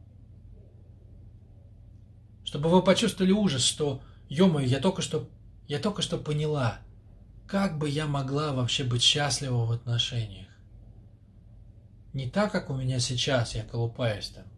Чтобы вы почувствовали ужас, что, ё-моё, я только что поняла, как бы я могла вообще быть счастлива в отношениях. Не так, как у меня сейчас, я колупаюсь там.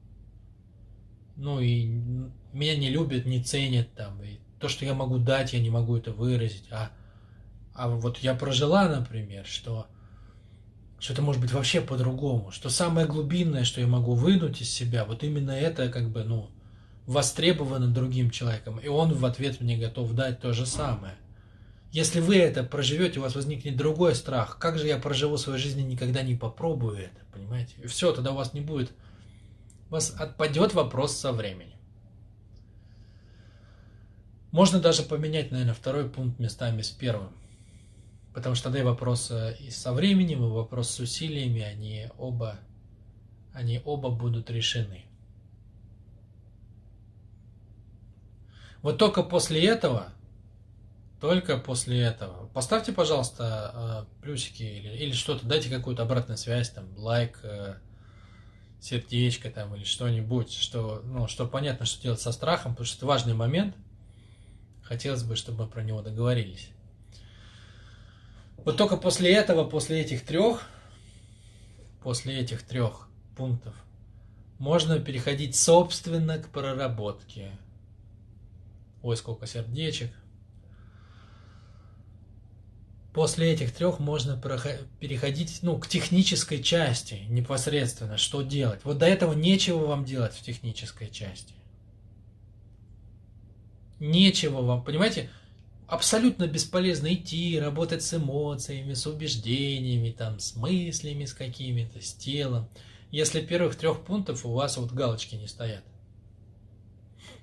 И меня не любят, не ценят там. И то, что я могу дать, я не могу это выразить. А вот я прожила, например, что это может быть вообще по-другому. Что самое глубинное, что я могу вынуть из себя, вот именно это востребовано другим человеком. И он в ответ мне готов дать то же самое. Если вы это проживете, у вас возникнет другой страх. Как же я проживу свою жизнь и никогда не попробую это, понимаете? И все, тогда у вас не будет. У вас отпадет вопрос со временем. Можно даже поменять, наверное, второй пункт местами с первым. Потому что тогда и вопрос и со временем, и вопрос с усилиями, они оба будут решены. Вот только после этого, поставьте, пожалуйста, плюсики или что-то, дайте какую-то обратную связь, там, лайк, сердечко там, или что-нибудь, что понятно, что делать со страхом, потому что это важный момент. Хотелось бы, чтобы мы про него договорились. Вот только после этого, после этих трех пунктов, можно переходить, собственно, к проработке. Ой, сколько сердечек. После этих трех можно переходить, к технической части непосредственно, что делать. Вот до этого нечего вам делать в технической части. Нечего вам, понимаете, абсолютно бесполезно идти, работать с эмоциями, с убеждениями, там, с мыслями, с какими-то, с телом, если первых трех пунктов у вас вот галочки не стоят.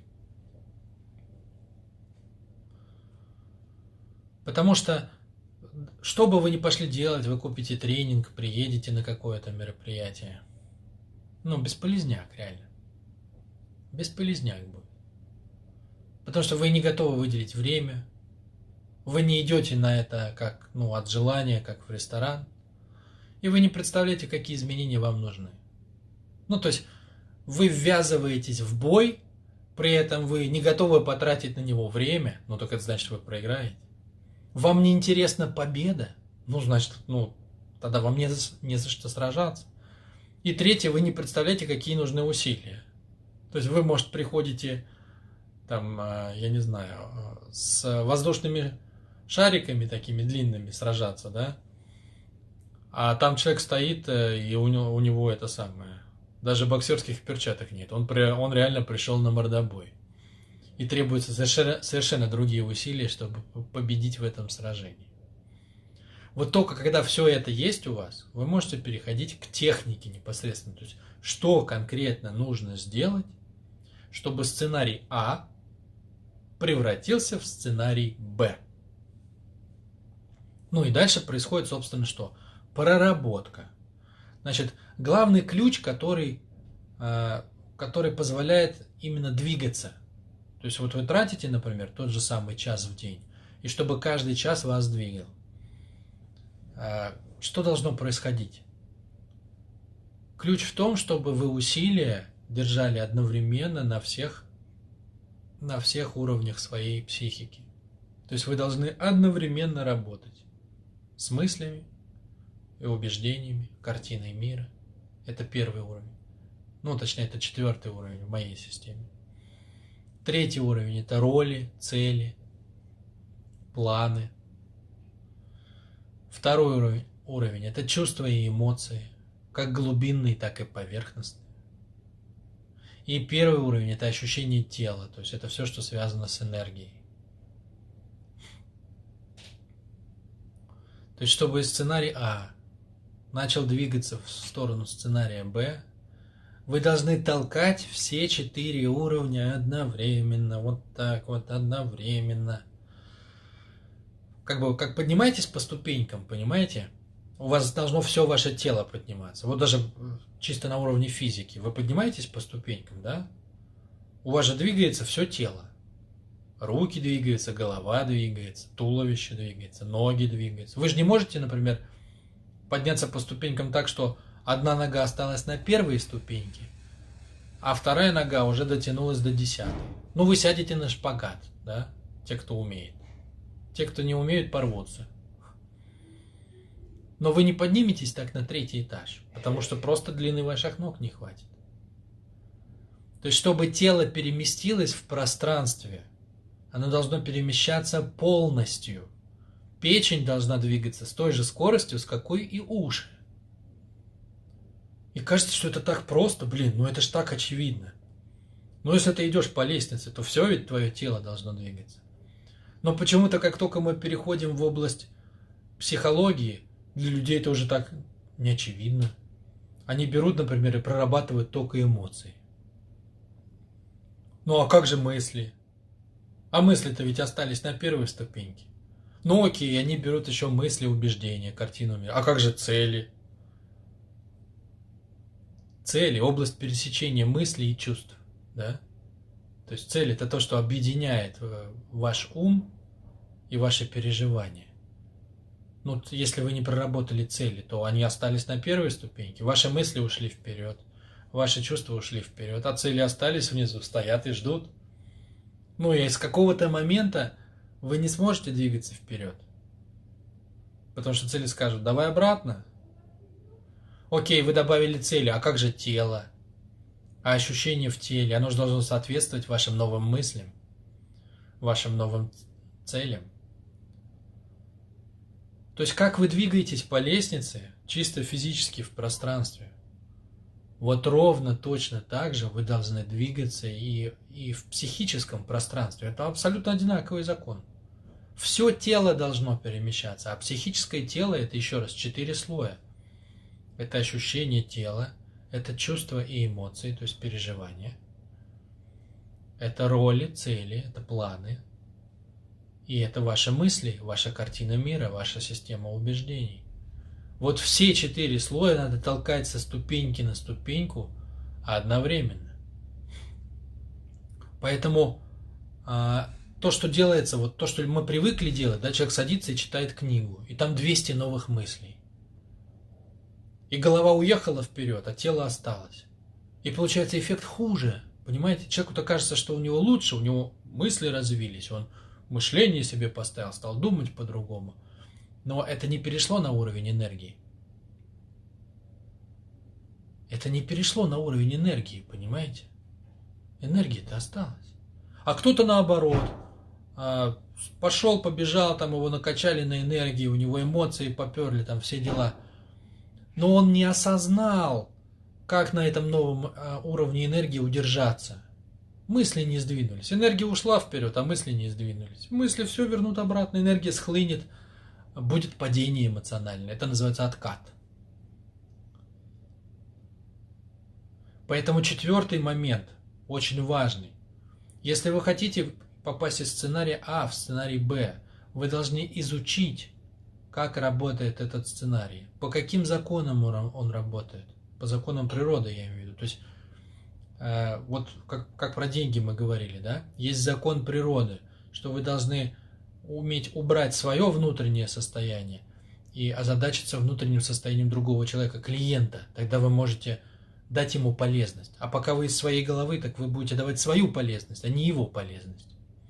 Потому что, что бы вы ни пошли делать, вы купите тренинг, приедете на какое-то мероприятие. Ну, бесполезняк, реально. Бесполезняк будет. Потому что вы не готовы выделить время, вы не идете на это как, от желания, как в ресторан, и вы не представляете, какие изменения вам нужны. То есть вы ввязываетесь в бой, при этом вы не готовы потратить на него время, только это значит, что вы проиграете. Вам не интересна победа, значит, тогда вам не за что сражаться. И третье, вы не представляете, какие нужны усилия. То есть вы, может, приходите, я не знаю, с воздушными шариками такими длинными сражаться, да? А там человек стоит, и у него это самое. Даже боксерских перчаток нет. Он реально пришел на мордобой. И требуются совершенно другие усилия, чтобы победить в этом сражении. Вот только когда все это есть у вас, вы можете переходить к технике непосредственно. То есть, что конкретно нужно сделать, чтобы сценарий А превратился в сценарий Б. И дальше происходит, собственно, что? Проработка. Значит, главный ключ, который позволяет именно двигаться. То есть вот вы тратите, например, тот же самый час в день, и чтобы каждый час вас двигал. Что должно происходить? Ключ в том, чтобы вы усилия держали одновременно на всех уровнях своей психики. То есть вы должны одновременно работать с мыслями и убеждениями, картиной мира. Это первый уровень. Точнее, это 4-й уровень в моей системе. 3-й уровень – это роли, цели, планы. 2-й уровень – это чувства и эмоции, как глубинные, так и поверхностные. И 1-й уровень – это ощущение тела, то есть это все, что связано с энергией. То есть, чтобы сценарий А начал двигаться в сторону сценария Б, вы должны толкать все 4 уровня одновременно, вот так вот, одновременно. Как поднимаетесь по ступенькам, понимаете? У вас должно все ваше тело подниматься. Вот даже чисто на уровне физики. Вы поднимаетесь по ступенькам, да? У вас же двигается все тело. Руки двигаются, голова двигается, туловище двигается, ноги двигаются. Вы же не можете, например, подняться по ступенькам так, что одна нога осталась на 1-й ступеньке, а 2-я нога уже дотянулась до 10-й. Вы сядете на шпагат, да? Те, кто умеет. Те, кто не умеют, порвутся. Но вы не подниметесь так на 3-й этаж, потому что просто длины ваших ног не хватит. То есть, чтобы тело переместилось в пространстве, оно должно перемещаться полностью. Печень должна двигаться с той же скоростью, с какой и уши. И кажется, что это так просто, это ж так очевидно. Если ты идешь по лестнице, то все ведь твое тело должно двигаться. Но почему-то, как только мы переходим в область психологии, для людей это уже так не очевидно. Они берут, например, и прорабатывают только эмоции. А как же мысли? А мысли-то ведь остались на 1-й ступеньке. Окей, они берут еще мысли, убеждения, картину мира. А как же цели? Цели – область пересечения мыслей и чувств. Да? То есть цель – это то, что объединяет ваш ум и ваши переживания. Если вы не проработали цели, то они остались на 1-й ступеньке. Ваши мысли ушли вперед, ваши чувства ушли вперед, а цели остались внизу, стоят и ждут. И с какого-то момента вы не сможете двигаться вперед. Потому что цели скажут: давай обратно. Окей, вы добавили цели, а как же тело? А ощущение в теле? Оно же должно соответствовать вашим новым мыслям, вашим новым целям. То есть, как вы двигаетесь по лестнице, чисто физически в пространстве, вот ровно точно так же вы должны двигаться и в психическом пространстве. Это абсолютно одинаковый закон. Все тело должно перемещаться, а психическое тело – это, еще раз, 4 слоя. Это ощущение тела, это чувства и эмоции, то есть переживания. Это роли, цели, это планы. И это ваши мысли, ваша картина мира, ваша система убеждений. Вот все 4 слоя надо толкать со ступеньки на ступеньку одновременно. Поэтому то, что делается, вот то, что мы привыкли делать, да, человек садится и читает книгу, и там 200 новых мыслей. И голова уехала вперед, а тело осталось. И получается эффект хуже. Понимаете, человеку-то кажется, что у него лучше, у него мысли развились, он мышление себе поставил, стал думать по-другому. Но это не перешло на уровень энергии. Это не перешло на уровень энергии, понимаете? Энергия-то осталась. А кто-то наоборот, пошел, побежал, там его накачали на энергии, у него эмоции поперли, там все дела. Но он не осознал, как на этом новом уровне энергии удержаться. Мысли не сдвинулись. Энергия ушла вперед, а мысли не сдвинулись. Мысли все вернут обратно, энергия схлынет, будет падение эмоциональное. Это называется откат. Поэтому 4-й момент, очень важный. Если вы хотите попасть из сценария А в сценарий Б, вы должны изучить, как работает этот сценарий, по каким законам он работает. По законам природы, я имею в виду. То есть, вот как про деньги мы говорили, да? Есть закон природы, что вы должны уметь убрать свое внутреннее состояние и озадачиться внутренним состоянием другого человека, клиента. Тогда вы можете дать ему полезность. А пока вы из своей головы, так вы будете давать свою полезность, а не его полезность.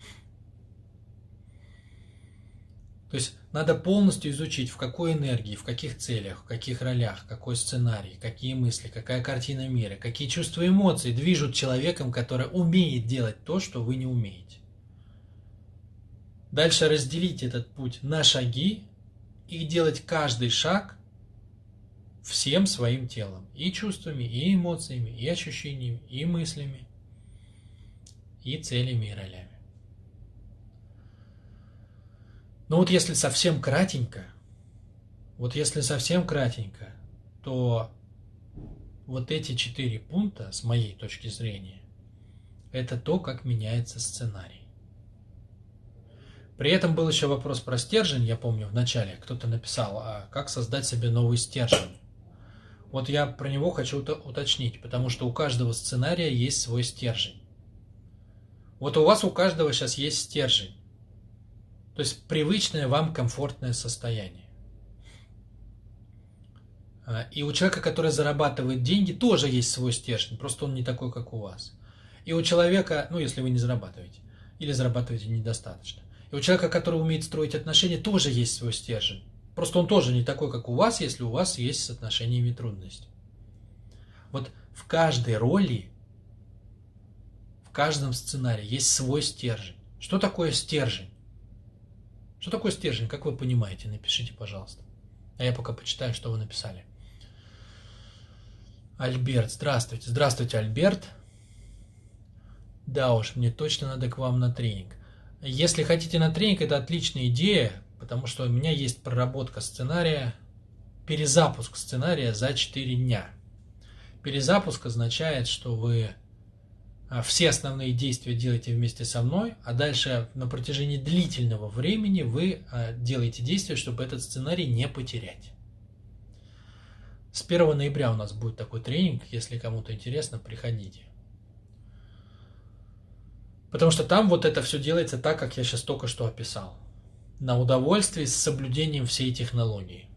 То есть надо полностью изучить, в какой энергии, в каких целях, в каких ролях, какой сценарий, какие мысли, какая картина мира, какие чувства и эмоции движут человеком, который умеет делать то, что вы не умеете. Дальше разделить этот путь на шаги и делать каждый шаг всем своим телом. И чувствами, и эмоциями, и ощущениями, и мыслями, и целями, и ролями. Но вот если совсем кратенько, то вот эти 4 пункта, с моей точки зрения, это то, как меняется сценарий. При этом был еще вопрос про стержень, я помню в начале кто-то написал, а как создать себе новый стержень. Вот я про него хочу уточнить, потому что у каждого сценария есть свой стержень. Вот у вас у каждого сейчас есть стержень. То есть привычное вам комфортное состояние. И у человека, который зарабатывает деньги, тоже есть свой стержень, просто он не такой, как у вас. И у человека, ну если вы не зарабатываете, или зарабатываете недостаточно. И у человека, который умеет строить отношения, тоже есть свой стержень. Просто он тоже не такой, как у вас, если у вас есть с отношениями трудности. Вот в каждой роли, в каждом сценарии есть свой стержень. Что такое стержень? Что такое стержень, как вы понимаете? Напишите, пожалуйста. А я пока почитаю, что вы написали. Альберт, здравствуйте. Здравствуйте, Альберт. Да уж, мне точно надо к вам на тренинг. Если хотите на тренинг, это отличная идея, потому что у меня есть проработка сценария, перезапуск сценария за 4 дня. Перезапуск означает, что вы все основные действия делаете вместе со мной, а дальше на протяжении длительного времени вы делаете действия, чтобы этот сценарий не потерять. С 1 ноября у нас будет такой тренинг, если кому-то интересно, приходите. Потому что там вот это все делается так, как я сейчас только что описал. На удовольствие с соблюдением всей технологии.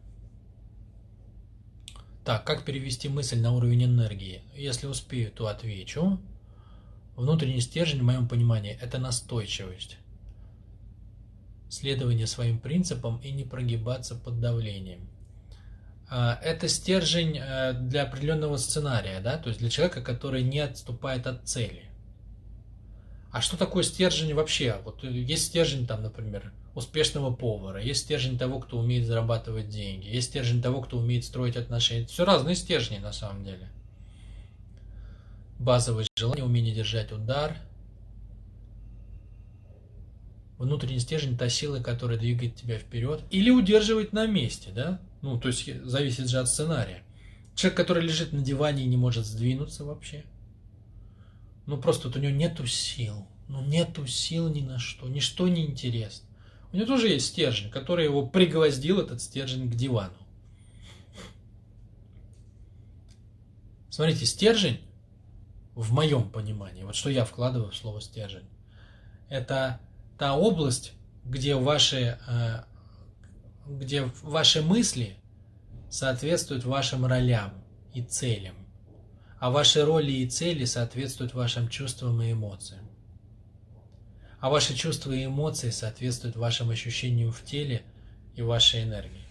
Так, как перевести мысль на уровень энергии? Если успею, то отвечу. Внутренний стержень, в моем понимании, это настойчивость. Следование своим принципам и не прогибаться под давлением. Это стержень для определенного сценария, да? То есть для человека, который не отступает от цели. А что такое стержень вообще? Вот есть стержень, там, например, успешного повара, есть стержень того, кто умеет зарабатывать деньги, есть стержень того, кто умеет строить отношения. Это все разные стержни на самом деле. Базовое желание, умение держать удар. Внутренний стержень – та сила, которая двигает тебя вперед. Или удерживает на месте, да? Ну, то есть, зависит же от сценария. Человек, который лежит на диване и не может сдвинуться вообще. Ну, просто вот у него нету сил. Ну, нету сил ни на что. Ничто не интересно. У него тоже есть стержень, который его пригвоздил, этот стержень, к дивану. Смотрите, стержень, в моем понимании, вот что я вкладываю в слово стержень, это та область, где ваши мысли соответствуют вашим ролям и целям, а ваши роли и цели соответствуют вашим чувствам и эмоциям. А ваши чувства и эмоции соответствуют вашим ощущениям в теле и вашей энергии.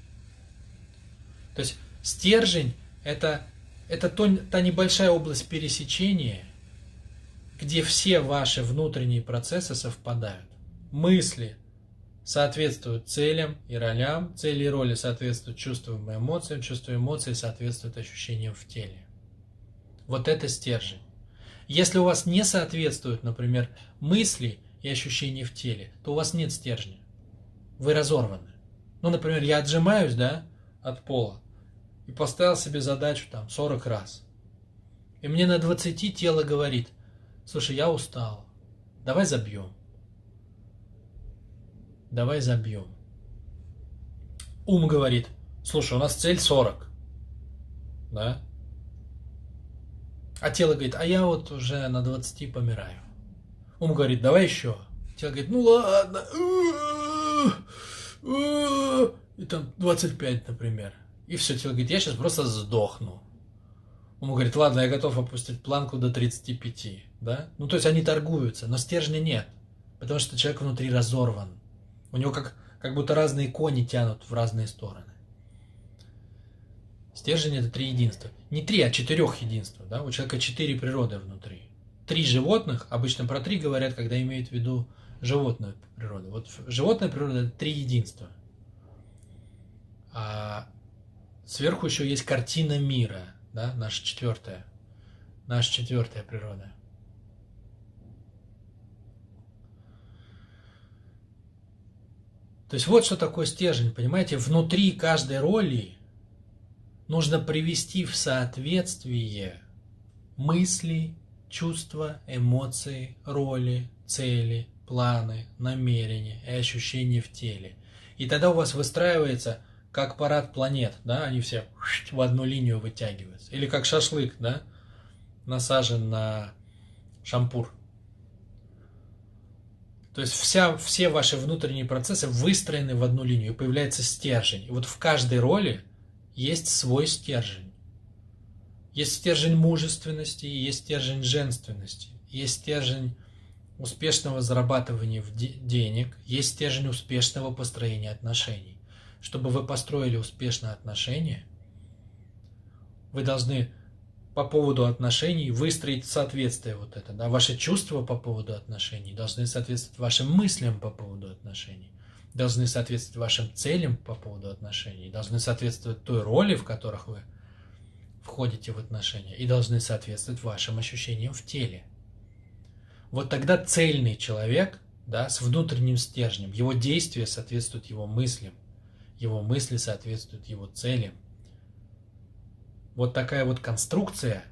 То есть стержень – это та небольшая область пересечения, где все ваши внутренние процессы совпадают. Мысли соответствуют целям и ролям, цели и роли соответствуют чувствам и эмоциям, чувства и эмоции соответствуют ощущениям в теле. Вот это стержень. Если у вас не соответствуют, например, мысли и ощущения в теле, то у вас нет стержня. Вы разорваны. Ну, например, я отжимаюсь, да, от пола и поставил себе задачу там 40 раз. И мне на 20 тело говорит: слушай, я устал, давай забьем. Давай забьем. Ум говорит: слушай, у нас цель 40. Да? А тело говорит: а я вот уже на 20 помираю. Ум говорит: давай еще. Тело говорит: ну ладно. И там 25, например. И все, тело говорит: я сейчас просто сдохну. Ум говорит: ладно, я готов опустить планку до 35. Да? Ну, то есть они торгуются, но стержня нет. Потому что человек внутри разорван. У него как будто разные кони тянут в разные стороны. Стержень – это 3 единства. Не 3, а 4 единства. Да? У человека 4 природы внутри. 3 животных, обычно про 3 говорят, когда имеют в виду животную природу. Вот животная природа – это 3 единства. А сверху еще есть картина мира, да? Наша четвертая природа. То есть вот что такое стержень, понимаете? Внутри каждой роли нужно привести в соответствие мысли, чувства, эмоции, роли, цели, планы, намерения и ощущения в теле. И тогда у вас выстраивается как парад планет, да, они все в одну линию вытягиваются. Или как шашлык, да, насажен на шампур. То есть все ваши внутренние процессы выстроены в одну линию, и появляется стержень. И вот в каждой роли есть свой стержень. Есть стержень мужественности, есть стержень женственности, есть стержень успешного зарабатывания денег, есть стержень успешного построения отношений. Чтобы вы построили успешные отношения, вы должны по поводу отношений выстроить соответствие вот это. Да? Ваши чувства по поводу отношений должны соответствовать вашим мыслям по поводу отношений, должны соответствовать вашим целям по поводу отношений, должны соответствовать той роли, в которых вы входите в отношения, и должны соответствовать вашим ощущениям в теле. Вот тогда цельный человек, да, с внутренним стержнем, его действия соответствуют его мыслям, его мысли соответствуют его целям. Вот такая вот конструкция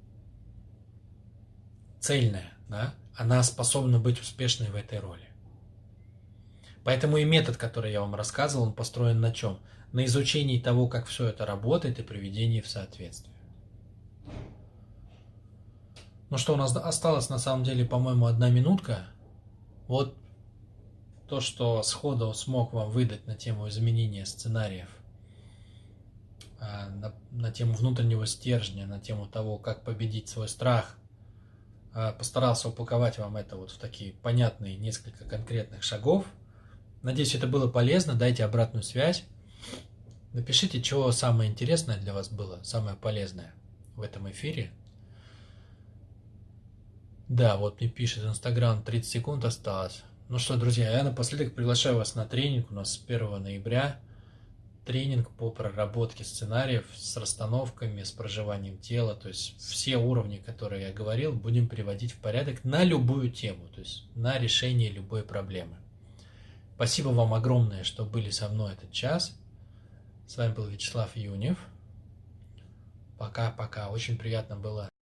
цельная, да, она способна быть успешной в этой роли. Поэтому и метод, который я вам рассказывал, он построен на чем? На изучении того, как все это работает, и приведении в соответствие. Ну что, у нас осталось на самом деле, по-моему, 1 минутка. Вот то, что сходу смог вам выдать на тему изменения сценариев, на тему внутреннего стержня, на тему того, как победить свой страх. Постарался упаковать вам это вот в такие понятные несколько конкретных шагов. Надеюсь, это было полезно. Дайте обратную связь. Напишите, что самое интересное для вас было, самое полезное в этом эфире. Да, вот мне пишет Инстаграм, 30 секунд осталось. Ну что, друзья, я напоследок приглашаю вас на тренинг. У нас с 1 ноября тренинг по проработке сценариев с расстановками, с проживанием тела. То есть все уровни, которые я говорил, будем приводить в порядок на любую тему, то есть на решение любой проблемы. Спасибо вам огромное, что были со мной этот час. С вами был Вячеслав Юнев. Пока-пока. Очень приятно было